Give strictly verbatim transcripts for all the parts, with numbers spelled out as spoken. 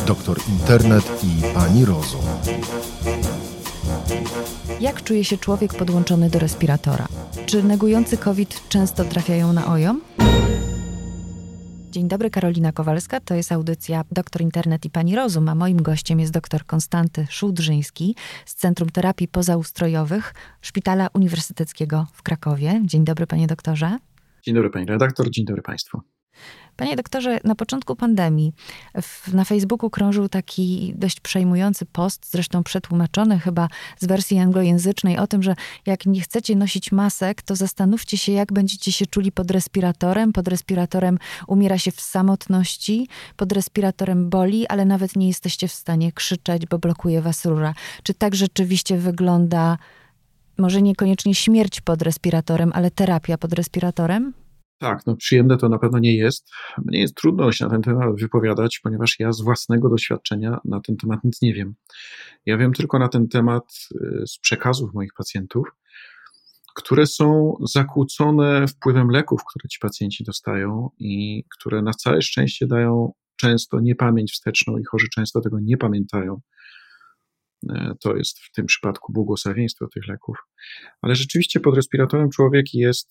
doktor Internet i pani Rozum. Jak czuje się człowiek podłączony do respiratora? Czy negujący COVID często trafiają na ojom? Dzień dobry, Karolina Kowalska, to jest audycja Doktor Internet i pani Rozum, a moim gościem jest dr Konstanty Szułdrzyński z Centrum Terapii Pozaustrojowych Szpitala Uniwersyteckiego w Krakowie. Dzień dobry, panie doktorze. Dzień dobry, pani redaktor, dzień dobry państwu. Panie doktorze, na początku pandemii w, na Facebooku krążył taki dość przejmujący post, zresztą przetłumaczony chyba z wersji anglojęzycznej, o tym, że jak nie chcecie nosić masek, to zastanówcie się, jak będziecie się czuli pod respiratorem. Pod respiratorem umiera się w samotności, pod respiratorem boli, ale nawet nie jesteście w stanie krzyczeć, bo blokuje was rura. Czy tak rzeczywiście wygląda, może niekoniecznie śmierć pod respiratorem, ale terapia pod respiratorem? Tak, no przyjemne to na pewno nie jest. Mnie jest trudno się na ten temat wypowiadać, ponieważ ja z własnego doświadczenia na ten temat nic nie wiem. Ja wiem tylko na ten temat z przekazów moich pacjentów, które są zakłócone wpływem leków, które ci pacjenci dostają i które na całe szczęście dają często niepamięć wsteczną i chorzy często tego nie pamiętają. To jest w tym przypadku błogosławieństwo tych leków. Ale rzeczywiście pod respiratorem człowiek jest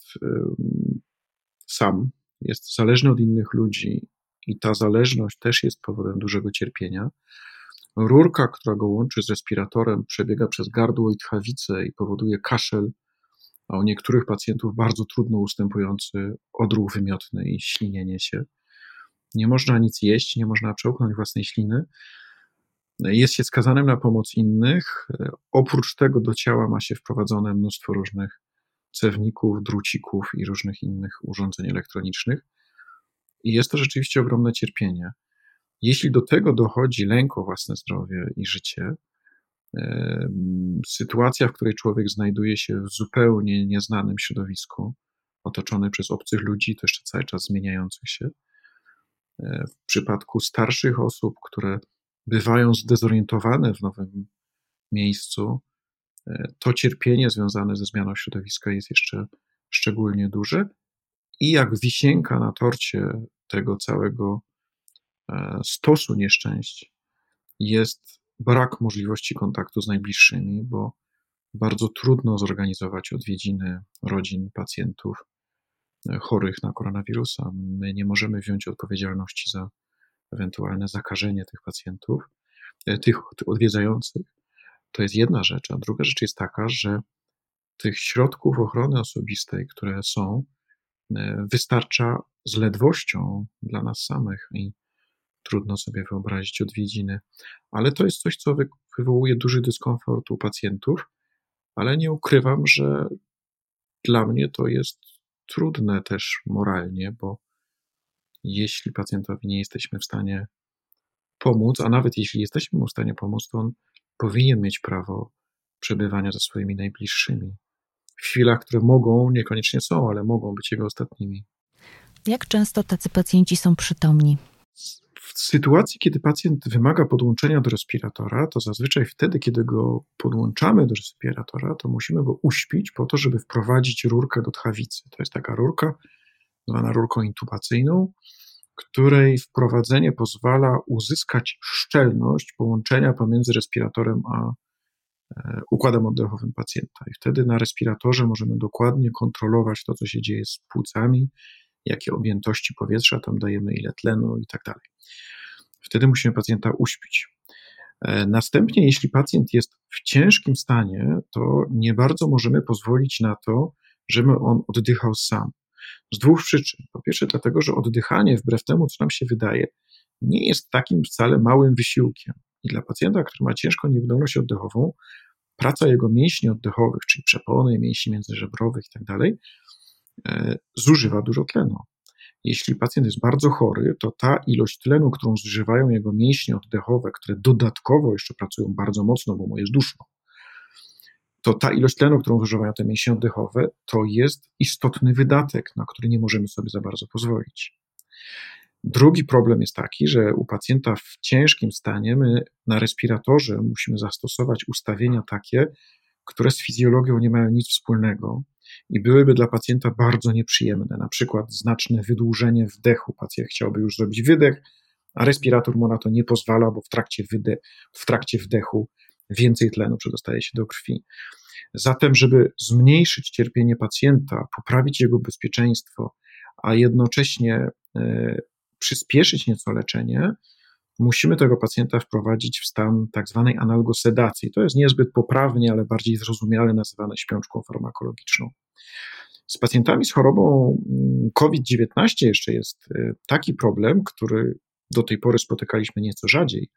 sam, jest zależny od innych ludzi i ta zależność też jest powodem dużego cierpienia. Rurka, która go łączy z respiratorem, przebiega przez gardło i tchawicę i powoduje kaszel, a u niektórych pacjentów bardzo trudno ustępujący odruch wymiotny i ślinienie się. Nie można nic jeść, nie można przełknąć własnej śliny. Jest się skazanym na pomoc innych. Oprócz tego do ciała ma się wprowadzone mnóstwo różnych cewników, drucików i różnych innych urządzeń elektronicznych. I jest to rzeczywiście ogromne cierpienie. Jeśli do tego dochodzi lęk o własne zdrowie i życie, e, sytuacja, w której człowiek znajduje się w zupełnie nieznanym środowisku, otoczony przez obcych ludzi, to jeszcze cały czas zmieniających się. E, w przypadku starszych osób, które bywają zdezorientowane w nowym miejscu, to cierpienie związane ze zmianą środowiska jest jeszcze szczególnie duże i jak wisienka na torcie tego całego stosu nieszczęść jest brak możliwości kontaktu z najbliższymi, bo bardzo trudno zorganizować odwiedziny rodzin pacjentów chorych na koronawirusa. My nie możemy wziąć odpowiedzialności za ewentualne zakażenie tych pacjentów, tych odwiedzających. To jest jedna rzecz, a druga rzecz jest taka, że tych środków ochrony osobistej, które są, wystarcza z ledwością dla nas samych i trudno sobie wyobrazić odwiedziny. Ale to jest coś, co wywołuje duży dyskomfort u pacjentów, ale nie ukrywam, że dla mnie to jest trudne też moralnie, bo jeśli pacjentowi nie jesteśmy w stanie pomóc, a nawet jeśli jesteśmy mu w stanie pomóc, to on powinien mieć prawo przebywania ze swoimi najbliższymi. W chwilach, które mogą, niekoniecznie są, ale mogą być jego ostatnimi. Jak często tacy pacjenci są przytomni? W sytuacji, kiedy pacjent wymaga podłączenia do respiratora, to zazwyczaj wtedy, kiedy go podłączamy do respiratora, to musimy go uśpić po to, żeby wprowadzić rurkę do tchawicy. To jest taka rurka, zwana rurką intubacyjną, której wprowadzenie pozwala uzyskać szczelność połączenia pomiędzy respiratorem a układem oddechowym pacjenta. I wtedy na respiratorze możemy dokładnie kontrolować to, co się dzieje z płucami, jakie objętości powietrza tam dajemy, ile tlenu i tak dalej. Wtedy musimy pacjenta uśpić. Następnie, jeśli pacjent jest w ciężkim stanie, to nie bardzo możemy pozwolić na to, żeby on oddychał sam. Z dwóch przyczyn. Po pierwsze dlatego, że oddychanie, wbrew temu, co nam się wydaje, nie jest takim wcale małym wysiłkiem. I dla pacjenta, który ma ciężką niewydolność oddechową, praca jego mięśni oddechowych, czyli przepony, mięśni międzyżebrowych i tak dalej, zużywa dużo tlenu. Jeśli pacjent jest bardzo chory, to ta ilość tlenu, którą zużywają jego mięśnie oddechowe, które dodatkowo jeszcze pracują bardzo mocno, bo mu jest duszno, to ta ilość tlenu, którą zużywają te mięśnie oddechowe, to jest istotny wydatek, na który nie możemy sobie za bardzo pozwolić. Drugi problem jest taki, że u pacjenta w ciężkim stanie my na respiratorze musimy zastosować ustawienia takie, które z fizjologią nie mają nic wspólnego i byłyby dla pacjenta bardzo nieprzyjemne. Na przykład znaczne wydłużenie wdechu. Pacjent chciałby już zrobić wydech, a respirator mu na to nie pozwala, bo w trakcie, wyde- w trakcie wdechu więcej tlenu przedostaje się do krwi. Zatem, żeby zmniejszyć cierpienie pacjenta, poprawić jego bezpieczeństwo, a jednocześnie e, przyspieszyć nieco leczenie, musimy tego pacjenta wprowadzić w stan tak zwanej analgosedacji. To jest niezbyt poprawnie, ale bardziej zrozumiale nazywane śpiączką farmakologiczną. Z pacjentami z chorobą kowid dziewiętnaście jeszcze jest taki problem, który do tej pory spotykaliśmy nieco rzadziej,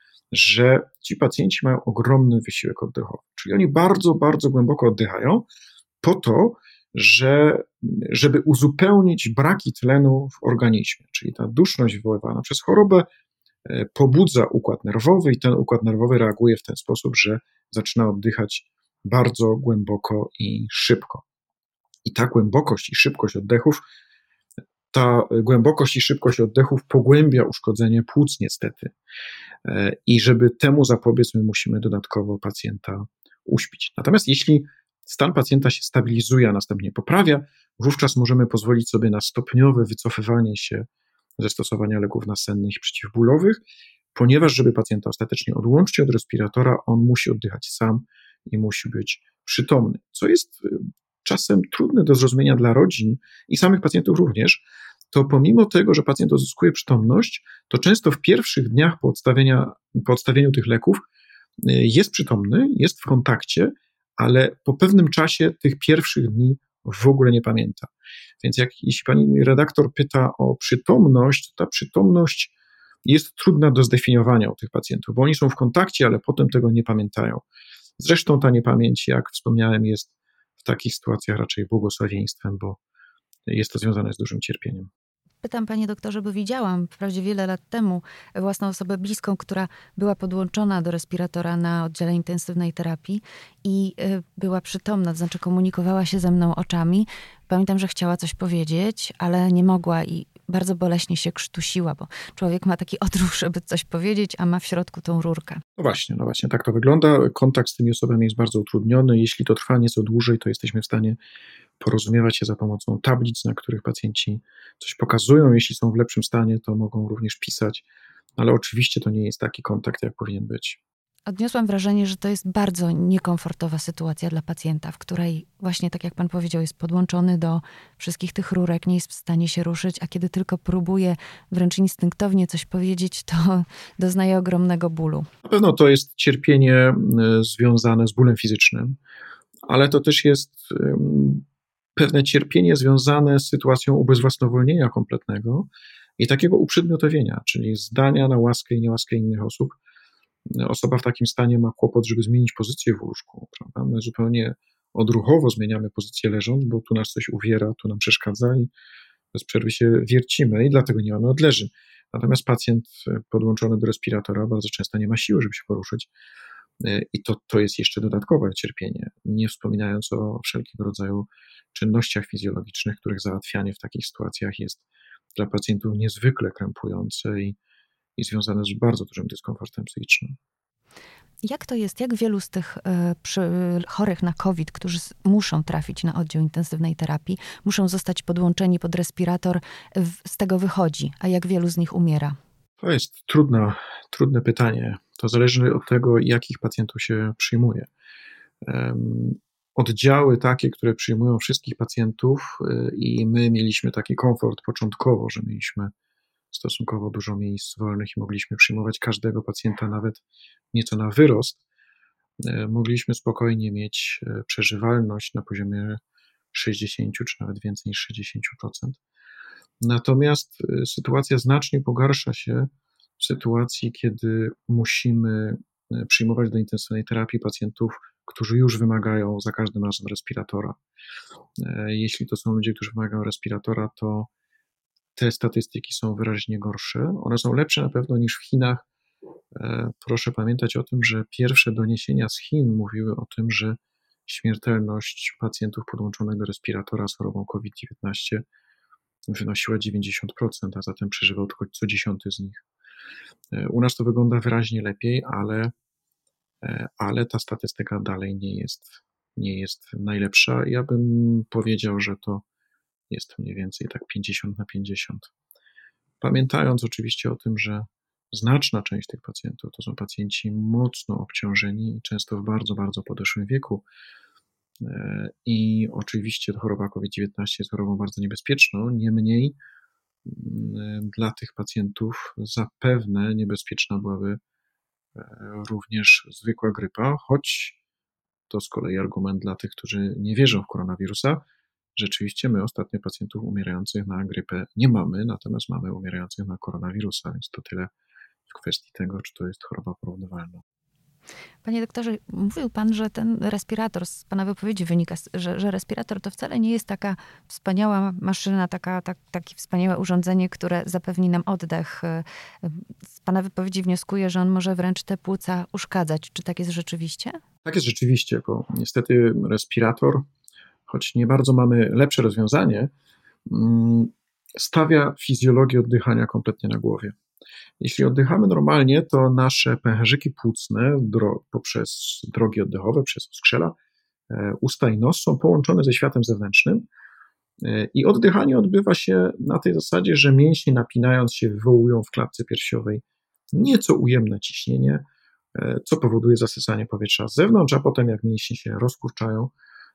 że ci pacjenci mają ogromny wysiłek oddechowy. Czyli oni bardzo, bardzo głęboko oddychają po to, że, żeby uzupełnić braki tlenu w organizmie. Czyli ta duszność wywoływana przez chorobę pobudza układ nerwowy i ten układ nerwowy reaguje w ten sposób, że zaczyna oddychać bardzo głęboko i szybko. I ta głębokość i szybkość oddechów, ta głębokość i szybkość oddechów pogłębia uszkodzenie płuc niestety. I żeby temu zapobiec, my musimy dodatkowo pacjenta uśpić. Natomiast jeśli stan pacjenta się stabilizuje, a następnie poprawia, wówczas możemy pozwolić sobie na stopniowe wycofywanie się ze stosowania leków nasennych i przeciwbólowych, ponieważ żeby pacjenta ostatecznie odłączyć od respiratora, on musi oddychać sam i musi być przytomny, co jest czasem trudne do zrozumienia dla rodzin i samych pacjentów również, to pomimo tego, że pacjent odzyskuje przytomność, to często w pierwszych dniach po, odstawienia, po odstawieniu tych leków jest przytomny, jest w kontakcie, ale po pewnym czasie tych pierwszych dni w ogóle nie pamięta. Więc jak, jeśli pani redaktor pyta o przytomność, to ta przytomność jest trudna do zdefiniowania u tych pacjentów, bo oni są w kontakcie, ale potem tego nie pamiętają. Zresztą ta niepamięć, jak wspomniałem, jest w takich sytuacjach raczej błogosławieństwem, bo jest to związane z dużym cierpieniem. Pytam, panie doktorze, bo widziałam wprawdzie wiele lat temu własną osobę bliską, która była podłączona do respiratora na oddziale intensywnej terapii i była przytomna, to znaczy komunikowała się ze mną oczami. Pamiętam, że chciała coś powiedzieć, ale nie mogła i bardzo boleśnie się krztusiła, bo człowiek ma taki odruch, żeby coś powiedzieć, a ma w środku tą rurkę. No właśnie, no właśnie, tak to wygląda. Kontakt z tymi osobami jest bardzo utrudniony. Jeśli to trwa nieco dłużej, to jesteśmy w stanie porozumiewać się za pomocą tablic, na których pacjenci coś pokazują. Jeśli są w lepszym stanie, to mogą również pisać, ale oczywiście to nie jest taki kontakt, jak powinien być. Odniosłam wrażenie, że to jest bardzo niekomfortowa sytuacja dla pacjenta, w której właśnie, tak jak pan powiedział, jest podłączony do wszystkich tych rurek, nie jest w stanie się ruszyć, a kiedy tylko próbuje wręcz instynktownie coś powiedzieć, to doznaje ogromnego bólu. Na pewno to jest cierpienie związane z bólem fizycznym, ale to też jest pewne cierpienie związane z sytuacją ubezwłasnowolnienia kompletnego i takiego uprzedmiotowienia, czyli zdania na łaskę i niełaskę innych osób. Osoba w takim stanie ma kłopot, żeby zmienić pozycję w łóżku, prawda? My zupełnie odruchowo zmieniamy pozycję leżąc, bo tu nas coś uwiera, tu nam przeszkadza i bez przerwy się wiercimy i dlatego nie mamy odleży. Natomiast pacjent podłączony do respiratora bardzo często nie ma siły, żeby się poruszyć i to, to jest jeszcze dodatkowe cierpienie, nie wspominając o wszelkiego rodzaju czynnościach fizjologicznych, których załatwianie w takich sytuacjach jest dla pacjentów niezwykle krępujące i i związane z bardzo dużym dyskomfortem psychicznym. Jak to jest? Jak wielu z tych y, przy, chorych na COVID, którzy muszą trafić na oddział intensywnej terapii, muszą zostać podłączeni pod respirator, w, z tego wychodzi, a jak wielu z nich umiera? To jest trudne, trudne pytanie. To zależy od tego, jakich pacjentów się przyjmuje. Um, oddziały takie, które przyjmują wszystkich pacjentów y, i my mieliśmy taki komfort początkowo, że mieliśmy stosunkowo dużo miejsc wolnych i mogliśmy przyjmować każdego pacjenta, nawet nieco na wyrost, mogliśmy spokojnie mieć przeżywalność na poziomie sześćdziesiąt czy nawet więcej niż sześćdziesiąt procent. Natomiast sytuacja znacznie pogarsza się w sytuacji, kiedy musimy przyjmować do intensywnej terapii pacjentów, którzy już wymagają za każdym razem respiratora. Jeśli to są ludzie, którzy wymagają respiratora, to te statystyki są wyraźnie gorsze. One są lepsze na pewno niż w Chinach. Proszę pamiętać o tym, że pierwsze doniesienia z Chin mówiły o tym, że śmiertelność pacjentów podłączonych do respiratora z chorobą kowid dziewiętnaście wynosiła dziewięćdziesiąt procent, a zatem przeżywał tylko co dziesiąty z nich. U nas to wygląda wyraźnie lepiej, ale, ale ta statystyka dalej nie jest, nie jest najlepsza. Ja bym powiedział, że to jest mniej więcej tak pięćdziesiąt na pięćdziesiąt. Pamiętając oczywiście o tym, że znaczna część tych pacjentów to są pacjenci mocno obciążeni i często w bardzo, bardzo podeszłym wieku. I oczywiście choroba COVID dziewiętnaście jest chorobą bardzo niebezpieczną, niemniej dla tych pacjentów zapewne niebezpieczna byłaby również zwykła grypa, choć to z kolei argument dla tych, którzy nie wierzą w koronawirusa. Rzeczywiście my ostatnio pacjentów umierających na grypę nie mamy, natomiast mamy umierających na koronawirusa, więc to tyle w kwestii tego, czy to jest choroba porównywalna. Panie doktorze, mówił pan, że ten respirator, z pana wypowiedzi wynika, że, że respirator to wcale nie jest taka wspaniała maszyna, taka, tak, takie wspaniałe urządzenie, które zapewni nam oddech. Z pana wypowiedzi wnioskuję, że on może wręcz te płuca uszkadzać. Czy tak jest rzeczywiście? Tak jest rzeczywiście, bo niestety respirator, choć nie bardzo mamy lepsze rozwiązanie, stawia fizjologię oddychania kompletnie na głowie. Jeśli oddychamy normalnie, to nasze pęcherzyki płucne dro- poprzez drogi oddechowe, przez skrzela, usta i nos są połączone ze światem zewnętrznym i oddychanie odbywa się na tej zasadzie, że mięśnie napinając się wywołują w klatce piersiowej nieco ujemne ciśnienie, co powoduje zasysanie powietrza z zewnątrz, a potem jak mięśnie się rozkurczają,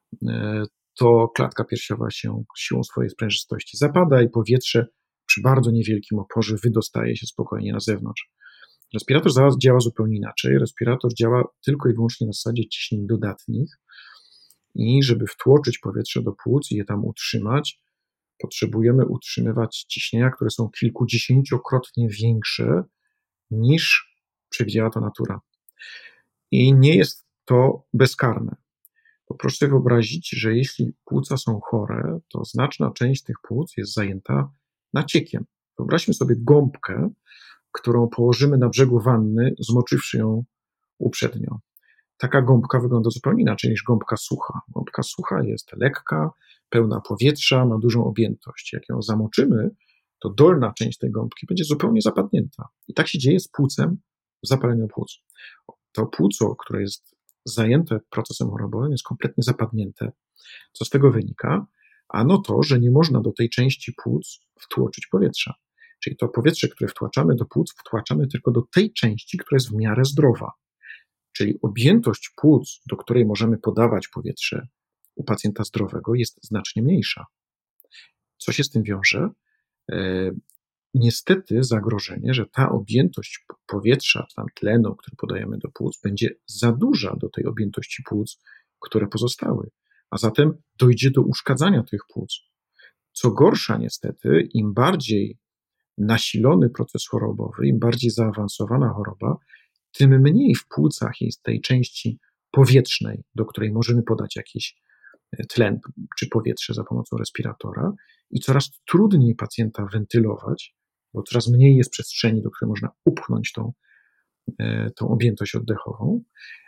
to klatka piersiowa się siłą swojej sprężystości zapada i powietrze przy bardzo niewielkim oporze wydostaje się spokojnie na zewnątrz. Respirator działa zupełnie inaczej. Respirator działa tylko i wyłącznie na zasadzie ciśnień dodatnich i żeby wtłoczyć powietrze do płuc i je tam utrzymać, potrzebujemy utrzymywać ciśnienia, które są kilkudziesięciokrotnie większe niż przewidziała to natura. I nie jest to bezkarne. Bo proszę sobie wyobrazić, że jeśli płuca są chore, to znaczna część tych płuc jest zajęta naciekiem. Wyobraźmy sobie gąbkę, którą położymy na brzegu wanny, zmoczywszy ją uprzednio. Taka gąbka wygląda zupełnie inaczej niż gąbka sucha. Gąbka sucha jest lekka, pełna powietrza, ma dużą objętość. Jak ją zamoczymy, to dolna część tej gąbki będzie zupełnie zapadnięta. I tak się dzieje z płucem w zapaleniu płuc. To płuco, które jest zajęte procesem chorobowym, jest kompletnie zapadnięte. Co z tego wynika? Ano to, że nie można do tej części płuc wtłoczyć powietrza. Czyli to powietrze, które wtłaczamy do płuc, wtłaczamy tylko do tej części, która jest w miarę zdrowa. Czyli objętość płuc, do której możemy podawać powietrze u pacjenta zdrowego, jest znacznie mniejsza. Co się z tym wiąże? E, niestety zagrożenie, że ta objętość powietrza, czy tam tlenu, który podajemy do płuc, będzie za duża do tej objętości płuc, które pozostały. A zatem dojdzie do uszkadzania tych płuc. Co gorsza niestety, im bardziej nasilony proces chorobowy, im bardziej zaawansowana choroba, tym mniej w płucach jest tej części powietrznej, do której możemy podać jakiś tlen czy powietrze za pomocą respiratora i coraz trudniej pacjenta wentylować, bo coraz mniej jest przestrzeni, do której można upchnąć tą, tą objętość oddechową,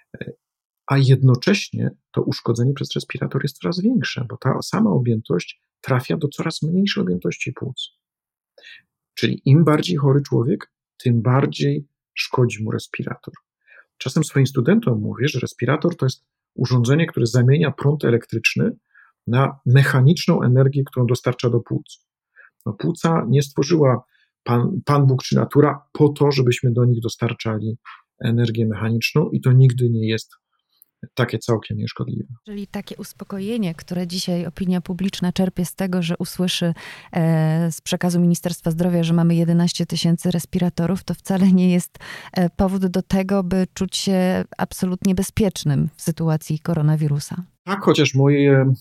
a jednocześnie to uszkodzenie przez respirator jest coraz większe, bo ta sama objętość trafia do coraz mniejszej objętości płuc. Czyli im bardziej chory człowiek, tym bardziej szkodzi mu respirator. Czasem swoim studentom mówię, że respirator to jest urządzenie, które zamienia prąd elektryczny na mechaniczną energię, którą dostarcza do płuc. No, płuca nie stworzyła Pan, Pan Bóg czy natura po to, żebyśmy do nich dostarczali energię mechaniczną i to nigdy nie jest takie całkiem nieszkodliwe. Czyli takie uspokojenie, które dzisiaj opinia publiczna czerpie z tego, że usłyszy e, z przekazu Ministerstwa Zdrowia, że mamy jedenaście tysięcy respiratorów, to wcale nie jest e, powód do tego, by czuć się absolutnie bezpiecznym w sytuacji koronawirusa. Tak, chociaż moje e,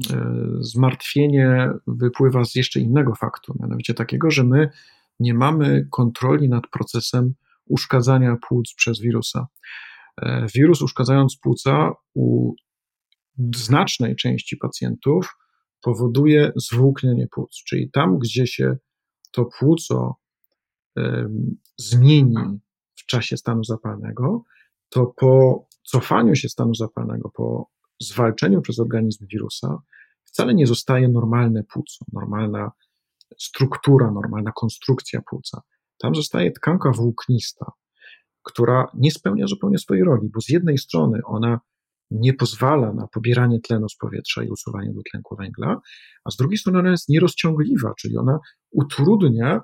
zmartwienie wypływa z jeszcze innego faktu, mianowicie takiego, że my nie mamy kontroli nad procesem uszkadzania płuc przez wirusa. Wirus, uszkadzając płuca u znacznej części pacjentów, powoduje zwłóknienie płuc, czyli tam, gdzie się to płuco um, zmieni w czasie stanu zapalnego, to po cofaniu się stanu zapalnego, po zwalczeniu przez organizm wirusa, wcale nie zostaje normalne płuco, normalna struktura, normalna konstrukcja płuca. Tam zostaje tkanka włóknista, która nie spełnia zupełnie swojej roli, bo z jednej strony ona nie pozwala na pobieranie tlenu z powietrza i usuwanie dwutlenku węgla, a z drugiej strony ona jest nierozciągliwa, czyli ona utrudnia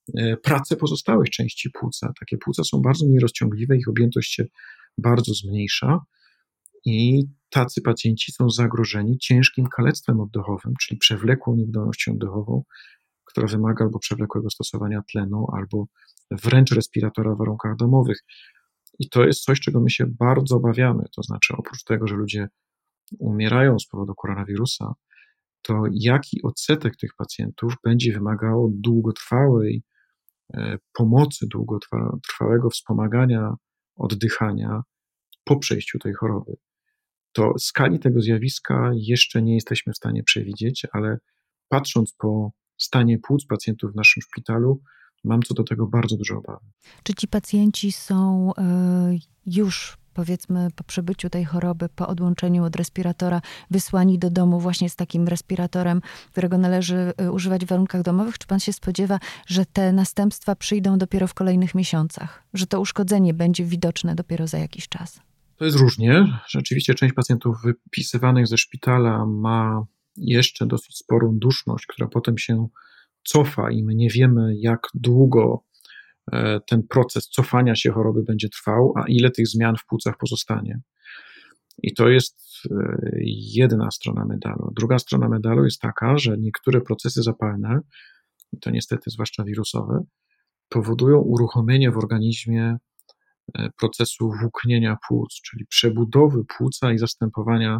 pracę pozostałych części płuca. Takie płuca są bardzo nierozciągliwe, ich objętość się bardzo zmniejsza i tacy pacjenci są zagrożeni ciężkim kalectwem oddechowym, czyli przewlekłą niewydolnością oddechową, która wymaga albo przewlekłego stosowania tlenu, albo wręcz respiratora w warunkach domowych. I to jest coś, czego my się bardzo obawiamy. To znaczy, oprócz tego, że ludzie umierają z powodu koronawirusa, to jaki odsetek tych pacjentów będzie wymagało długotrwałej pomocy, długotrwałego wspomagania oddychania po przejściu tej choroby. To skali tego zjawiska jeszcze nie jesteśmy w stanie przewidzieć, ale patrząc po stanie płuc pacjentów w naszym szpitalu, mam co do tego bardzo duże obawy. Czy ci pacjenci są już, powiedzmy, po przebyciu tej choroby, po odłączeniu od respiratora, wysłani do domu właśnie z takim respiratorem, którego należy używać w warunkach domowych? Czy pan się spodziewa, że te następstwa przyjdą dopiero w kolejnych miesiącach? Że to uszkodzenie będzie widoczne dopiero za jakiś czas? To jest różnie. Rzeczywiście część pacjentów wypisywanych ze szpitala ma jeszcze dosyć sporą duszność, która potem się cofa i my nie wiemy, jak długo ten proces cofania się choroby będzie trwał, a ile tych zmian w płucach pozostanie. I to jest jedna strona medalu. Druga strona medalu jest taka, że niektóre procesy zapalne, i to niestety zwłaszcza wirusowe, powodują uruchomienie w organizmie procesu włóknienia płuc, czyli przebudowy płuca i zastępowania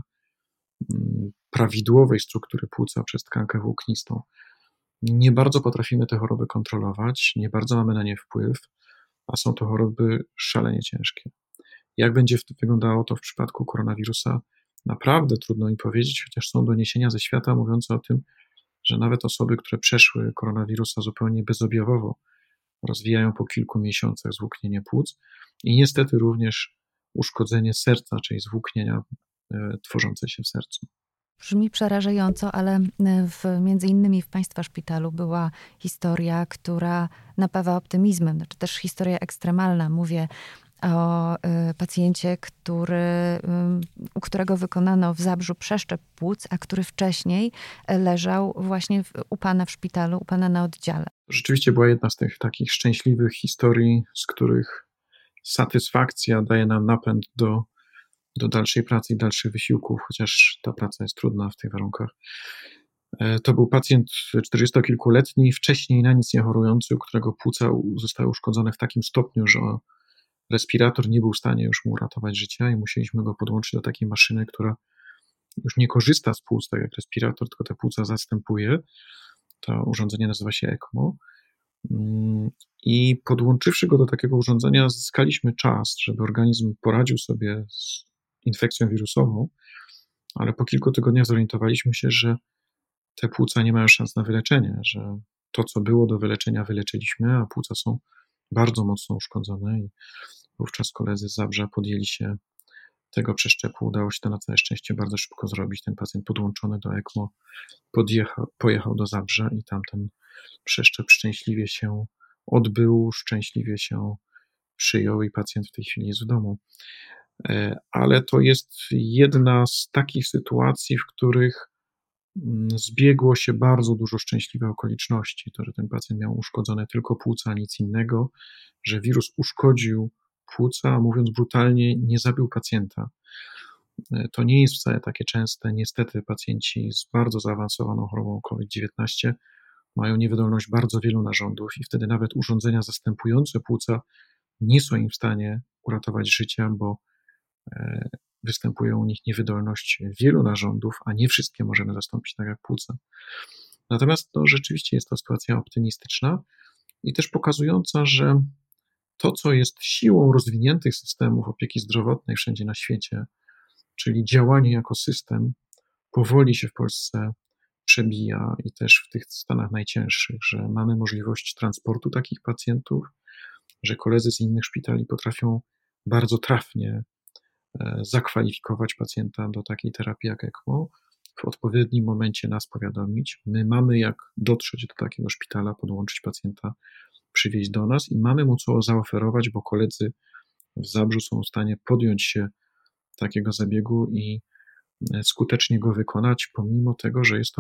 prawidłowej struktury płuca przez tkankę włóknistą. Nie bardzo potrafimy te choroby kontrolować, nie bardzo mamy na nie wpływ, a są to choroby szalenie ciężkie. Jak będzie wyglądało to w przypadku koronawirusa? Naprawdę trudno mi powiedzieć, chociaż są doniesienia ze świata mówiące o tym, że nawet osoby, które przeszły koronawirusa zupełnie bezobjawowo, rozwijają po kilku miesiącach zwłóknienie płuc i niestety również uszkodzenie serca, czyli zwłóknienia e, tworzące się w sercu. Brzmi przerażająco, ale w, między innymi w Państwa szpitalu była historia, która napawa optymizmem, znaczy też historia ekstremalna. Mówię o y, pacjencie, który, y, u którego wykonano w Zabrzu przeszczep płuc, a który wcześniej leżał właśnie w, u pana w szpitalu, u pana na oddziale. Rzeczywiście była jedna z tych takich szczęśliwych historii, z których satysfakcja daje nam napęd do do dalszej pracy i dalszych wysiłków, chociaż ta praca jest trudna w tych warunkach. To był pacjent czterdziestokilkuletni, wcześniej na nic nie chorujący, u którego płuca zostały uszkodzone w takim stopniu, że respirator nie był w stanie już mu uratować życia i musieliśmy go podłączyć do takiej maszyny, która już nie korzysta z płuc, tak jak respirator, tylko te płuca zastępuje. To urządzenie nazywa się ECMO. I podłączywszy go do takiego urządzenia, zyskaliśmy czas, żeby organizm poradził sobie z infekcją wirusową, ale po kilku tygodniach zorientowaliśmy się, że te płuca nie mają szans na wyleczenie, że to, co było do wyleczenia, wyleczyliśmy, a płuca są bardzo mocno uszkodzone i wówczas koledzy z Zabrza podjęli się tego przeszczepu. Udało się to na całe szczęście bardzo szybko zrobić. Ten pacjent podłączony do ECMO podjechał, pojechał do Zabrza i tam ten przeszczep szczęśliwie się odbył, szczęśliwie się przyjął i pacjent w tej chwili jest w domu. Ale to jest jedna z takich sytuacji, w których zbiegło się bardzo dużo szczęśliwych okoliczności. To, że ten pacjent miał uszkodzone tylko płuca, nic innego, że wirus uszkodził płuca, a mówiąc brutalnie, nie zabił pacjenta. To nie jest wcale takie częste. Niestety pacjenci z bardzo zaawansowaną chorobą COVID dziewiętnaście mają niewydolność bardzo wielu narządów i wtedy nawet urządzenia zastępujące płuca nie są im w stanie uratować życia, bo występuje u nich niewydolność wielu narządów, a nie wszystkie możemy zastąpić tak jak płuca. Natomiast no, rzeczywiście jest to sytuacja optymistyczna i też pokazująca, że to, co jest siłą rozwiniętych systemów opieki zdrowotnej wszędzie na świecie, czyli działanie jako system, powoli się w Polsce przebija i też w tych stanach najcięższych, że mamy możliwość transportu takich pacjentów, że koledzy z innych szpitali potrafią bardzo trafnie zakwalifikować pacjenta do takiej terapii jak ECMO, w odpowiednim momencie nas powiadomić. My mamy jak dotrzeć do takiego szpitala, podłączyć pacjenta, przywieźć do nas i mamy mu co zaoferować, bo koledzy w Zabrzu są w stanie podjąć się takiego zabiegu i skutecznie go wykonać, pomimo tego, że jest to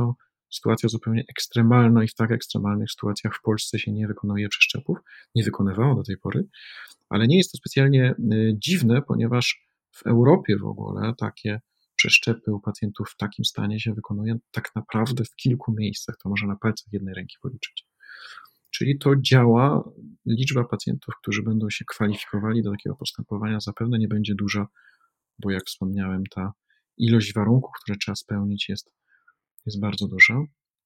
sytuacja zupełnie ekstremalna i w tak ekstremalnych sytuacjach w Polsce się nie wykonuje przeszczepów, nie wykonywało do tej pory, ale nie jest to specjalnie dziwne, ponieważ w Europie w ogóle takie przeszczepy u pacjentów w takim stanie się wykonuje tak naprawdę w kilku miejscach, to można na palcach jednej ręki policzyć. Czyli to działa, liczba pacjentów, którzy będą się kwalifikowali do takiego postępowania zapewne nie będzie duża, bo jak wspomniałem, ta ilość warunków, które trzeba spełnić jest, jest bardzo duża,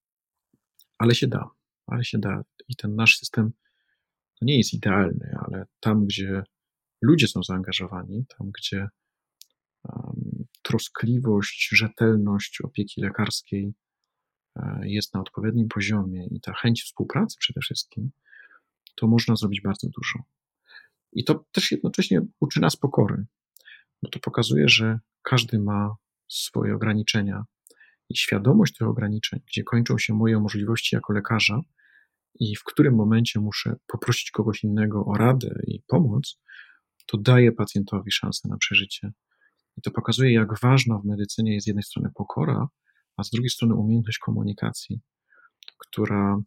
ale się da, ale się da i ten nasz system to nie jest idealny, ale tam, gdzie ludzie są zaangażowani, tam, gdzie um, troskliwość, rzetelność opieki lekarskiej jest na odpowiednim poziomie i ta chęć współpracy przede wszystkim, to można zrobić bardzo dużo. I to też jednocześnie uczy nas pokory, bo to pokazuje, że każdy ma swoje ograniczenia i świadomość tych ograniczeń, gdzie kończą się moje możliwości jako lekarza i w którym momencie muszę poprosić kogoś innego o radę i pomoc, to daje pacjentowi szansę na przeżycie. I to pokazuje, jak ważna w medycynie jest z jednej strony pokora, a z drugiej strony umiejętność komunikacji, która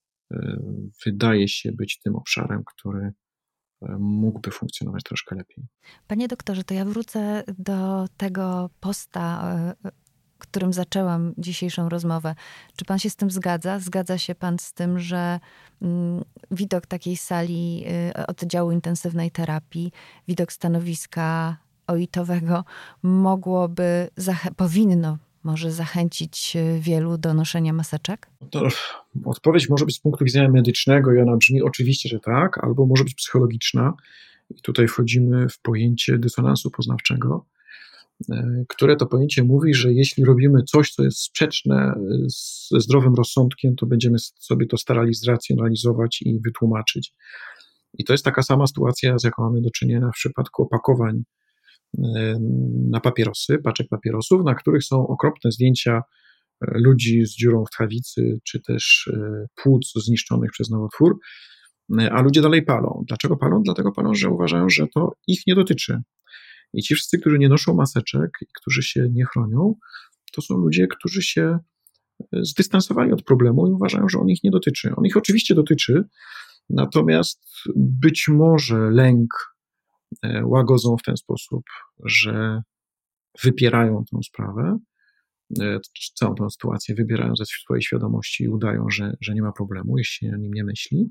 wydaje się być tym obszarem, który mógłby funkcjonować troszkę lepiej. Panie doktorze, to ja wrócę do tego posta, którym zaczęłam dzisiejszą rozmowę. Czy pan się z tym zgadza? Zgadza się pan z tym, że widok takiej sali oddziału intensywnej terapii, widok stanowiska O I T-owego mogłoby, zach- powinno może zachęcić wielu do noszenia maseczek? To odpowiedź może być z punktu widzenia medycznego i ona brzmi oczywiście, że tak, albo może być psychologiczna. I tutaj wchodzimy w pojęcie dysonansu poznawczego, które to pojęcie mówi, że jeśli robimy coś, co jest sprzeczne ze zdrowym rozsądkiem, to będziemy sobie to starali zracjonalizować i wytłumaczyć. I to jest taka sama sytuacja, z jaką mamy do czynienia w przypadku opakowań na papierosy, paczek papierosów, na których są okropne zdjęcia ludzi z dziurą w tchawicy, czy też płuc zniszczonych przez nowotwór, a ludzie dalej palą. Dlaczego palą? Dlatego palą, że uważają, że to ich nie dotyczy. I ci wszyscy, którzy nie noszą maseczek i którzy się nie chronią, to są ludzie, którzy się zdystansowali od problemu i uważają, że on ich nie dotyczy. On ich oczywiście dotyczy, natomiast być może lęk łagodzą w ten sposób, że wypierają tę sprawę, całą tę sytuację wybierają ze swojej świadomości i udają, że, że nie ma problemu, jeśli się o nim nie myśli,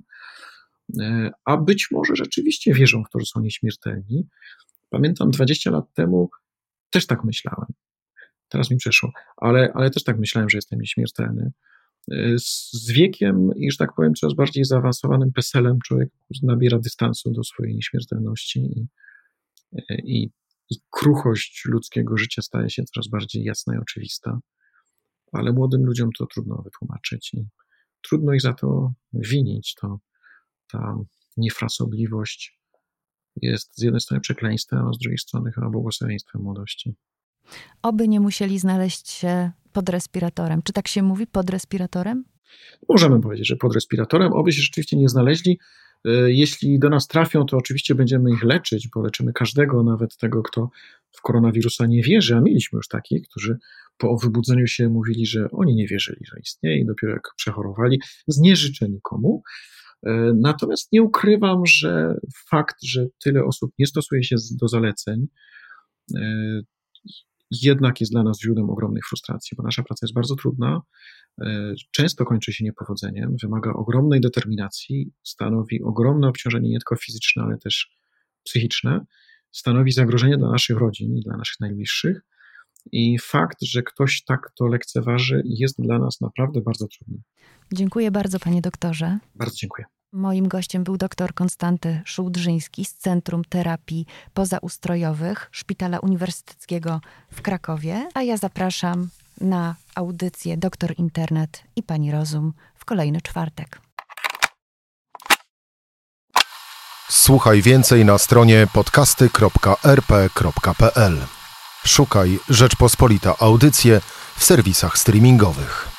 a być może rzeczywiście wierzą w to, że są nieśmiertelni. Pamiętam dwadzieścia lat temu też tak myślałem, teraz mi przeszło, ale, ale też tak myślałem, że jestem nieśmiertelny. Z, z wiekiem i, że tak powiem, coraz bardziej zaawansowanym peselem człowiek nabiera dystansu do swojej nieśmiertelności i, i, i kruchość ludzkiego życia staje się coraz bardziej jasna i oczywista, ale młodym ludziom to trudno wytłumaczyć i trudno ich za to winić. To ta niefrasobliwość jest z jednej strony przekleństwem, a z drugiej strony chyba błogosławieństwem młodości. Oby nie musieli znaleźć się pod respiratorem. Czy tak się mówi, pod respiratorem? Możemy powiedzieć, że pod respiratorem. Oby się rzeczywiście nie znaleźli. Jeśli do nas trafią, to oczywiście będziemy ich leczyć, bo leczymy każdego, nawet tego, kto w koronawirusa nie wierzy, a mieliśmy już takich, którzy po wybudzeniu się mówili, że oni nie wierzyli, że istnieje i dopiero jak przechorowali, z nie życzę nikomu. Natomiast nie ukrywam, że fakt, że tyle osób nie stosuje się do zaleceń, jednak jest dla nas źródłem ogromnych frustracji, bo nasza praca jest bardzo trudna, często kończy się niepowodzeniem, wymaga ogromnej determinacji, stanowi ogromne obciążenie nie tylko fizyczne, ale też psychiczne, stanowi zagrożenie dla naszych rodzin i dla naszych najbliższych i fakt, że ktoś tak to lekceważy, jest dla nas naprawdę bardzo trudny. Dziękuję bardzo, panie doktorze. Bardzo dziękuję. Moim gościem był dr Konstanty Szułdrzyński z Centrum Terapii Pozaustrojowych Szpitala Uniwersyteckiego w Krakowie, a ja zapraszam na audycję Doktor Internet i Pani Rozum w kolejny czwartek. Słuchaj więcej na stronie podcasty kropka er pe kropka pe el. Szukaj Rzeczpospolita Audycje w serwisach streamingowych.